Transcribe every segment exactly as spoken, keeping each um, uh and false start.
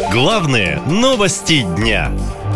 Главные новости дня.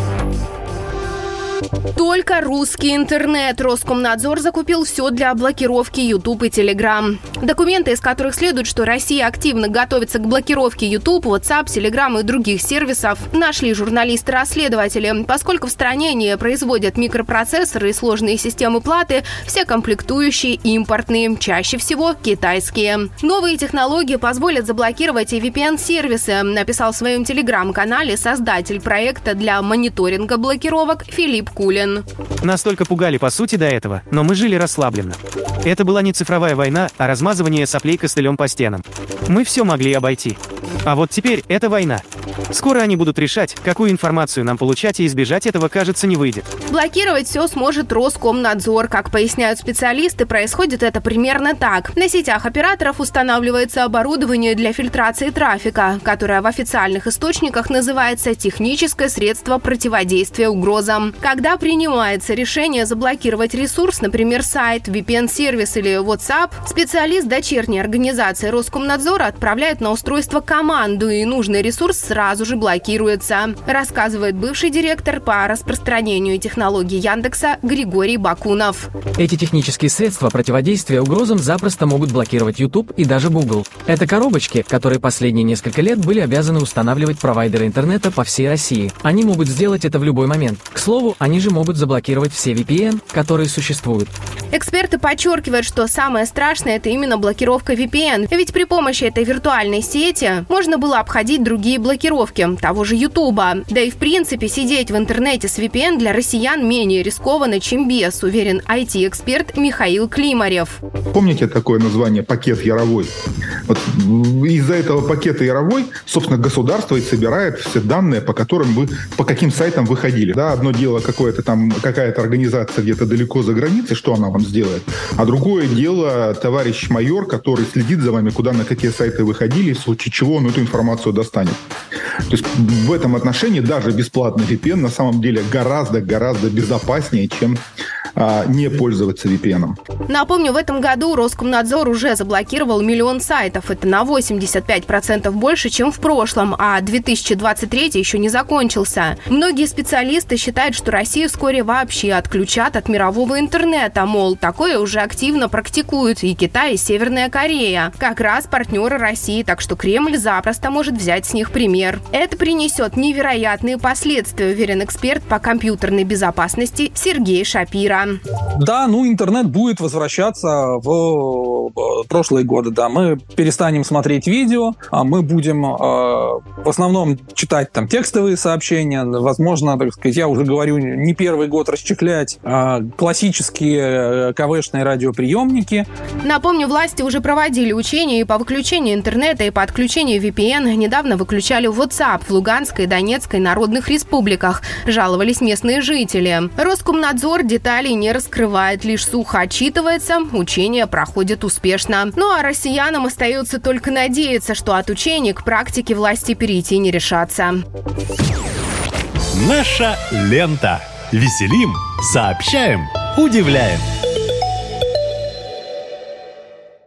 Только русский интернет. Роскомнадзор закупил все для блокировки YouTube и Telegram. Документы, из которых следует, что Россия активно готовится к блокировке YouTube, WhatsApp, Telegram и других сервисов, нашли журналисты-расследователи. Поскольку в стране не производят микропроцессоры и сложные системы платы, все комплектующие импортные, чаще всего китайские. Новые технологии позволят заблокировать и ви пи эн-сервисы, написал в своем телеграм-канале создатель проекта для мониторинга блокировок Филипп Кулин. Настолько пугали по сути до этого, но мы жили расслабленно. Это была не цифровая война, а размазывание соплей костылем по стенам. Мы все могли обойти. А вот теперь это война. Скоро они будут решать, какую информацию нам получать, и избежать этого, кажется, не выйдет. Блокировать все сможет Роскомнадзор. Как поясняют специалисты, происходит это примерно так. На сетях операторов устанавливается оборудование для фильтрации трафика, которое в официальных источниках называется «техническое средство противодействия угрозам». Когда принимается решение заблокировать ресурс, например, сайт, ви пи эн-сервис или WhatsApp, специалист дочерней организации Роскомнадзора отправляет на устройство команду, и нужный ресурс сразу же блокируется, рассказывает бывший директор по распространению технологий Яндекса Григорий Бакунов. Эти технические средства противодействия угрозам запросто могут блокировать YouTube и даже Google. Это коробочки, которые последние несколько лет были обязаны устанавливать провайдеры интернета по всей России. Они могут сделать это в любой момент. К слову, они же могут заблокировать все ви пи эн, которые существуют. Эксперты подчеркивают, что самое страшное – это именно блокировка ви пи эн. Ведь при помощи этой виртуальной сети можно было обходить другие блокировки, того же Ютуба. Да и в принципе сидеть в интернете с ви пи эн для россиян менее рискованно, чем без, уверен ай ти-эксперт Михаил Климарев. Помните такое название «пакет Яровой»? Вот из-за этого пакета Яровой, собственно, государство и собирает все данные, по которым вы, по каким сайтам вы ходили. Да, одно дело какое-то там, какая-то организация где-то далеко за границей, что она вам сделает, а другое дело товарищ майор, который следит за вами, куда, на какие сайты вы ходили, в случае чего он эту информацию достанет. То есть в этом отношении даже бесплатный ви пи эн на самом деле гораздо-гораздо безопаснее, чем а, не пользоваться ви пи эн. Напомню, в этом году Роскомнадзор уже заблокировал миллион сайтов. Это на восемьдесят пять процентов больше, чем в прошлом, а две тысячи двадцать третий еще не закончился. Многие специалисты считают, что Россию вскоре вообще отключат от мирового интернета. Мол, такое уже активно практикуют и Китай, и Северная Корея. Как раз партнеры России, так что Кремль запросто может взять с них пример. Это принесет невероятные последствия, уверен эксперт по компьютерной безопасности Сергей Шапира. Да, ну интернет будет возвращаться в прошлые годы, да. Мы перестанем смотреть видео, а мы будем э, в основном читать там текстовые сообщения. Возможно, так сказать, я уже говорю, не первый год расчехлять э, классические КВшные радиоприемники. Напомню, власти уже проводили учения и по выключению интернета, и по отключению ви пи эн. Недавно выключали WhatsApp в Луганской и Донецкой народных республиках. Жаловались местные жители. Роскомнадзор деталей не раскрывает, лишь сухо отчитывается. Учения проходят успешно. Ну а россиянам остается только надеяться, что от учений к практике власти перейти не решатся. Наша лента. Веселим, сообщаем, удивляем.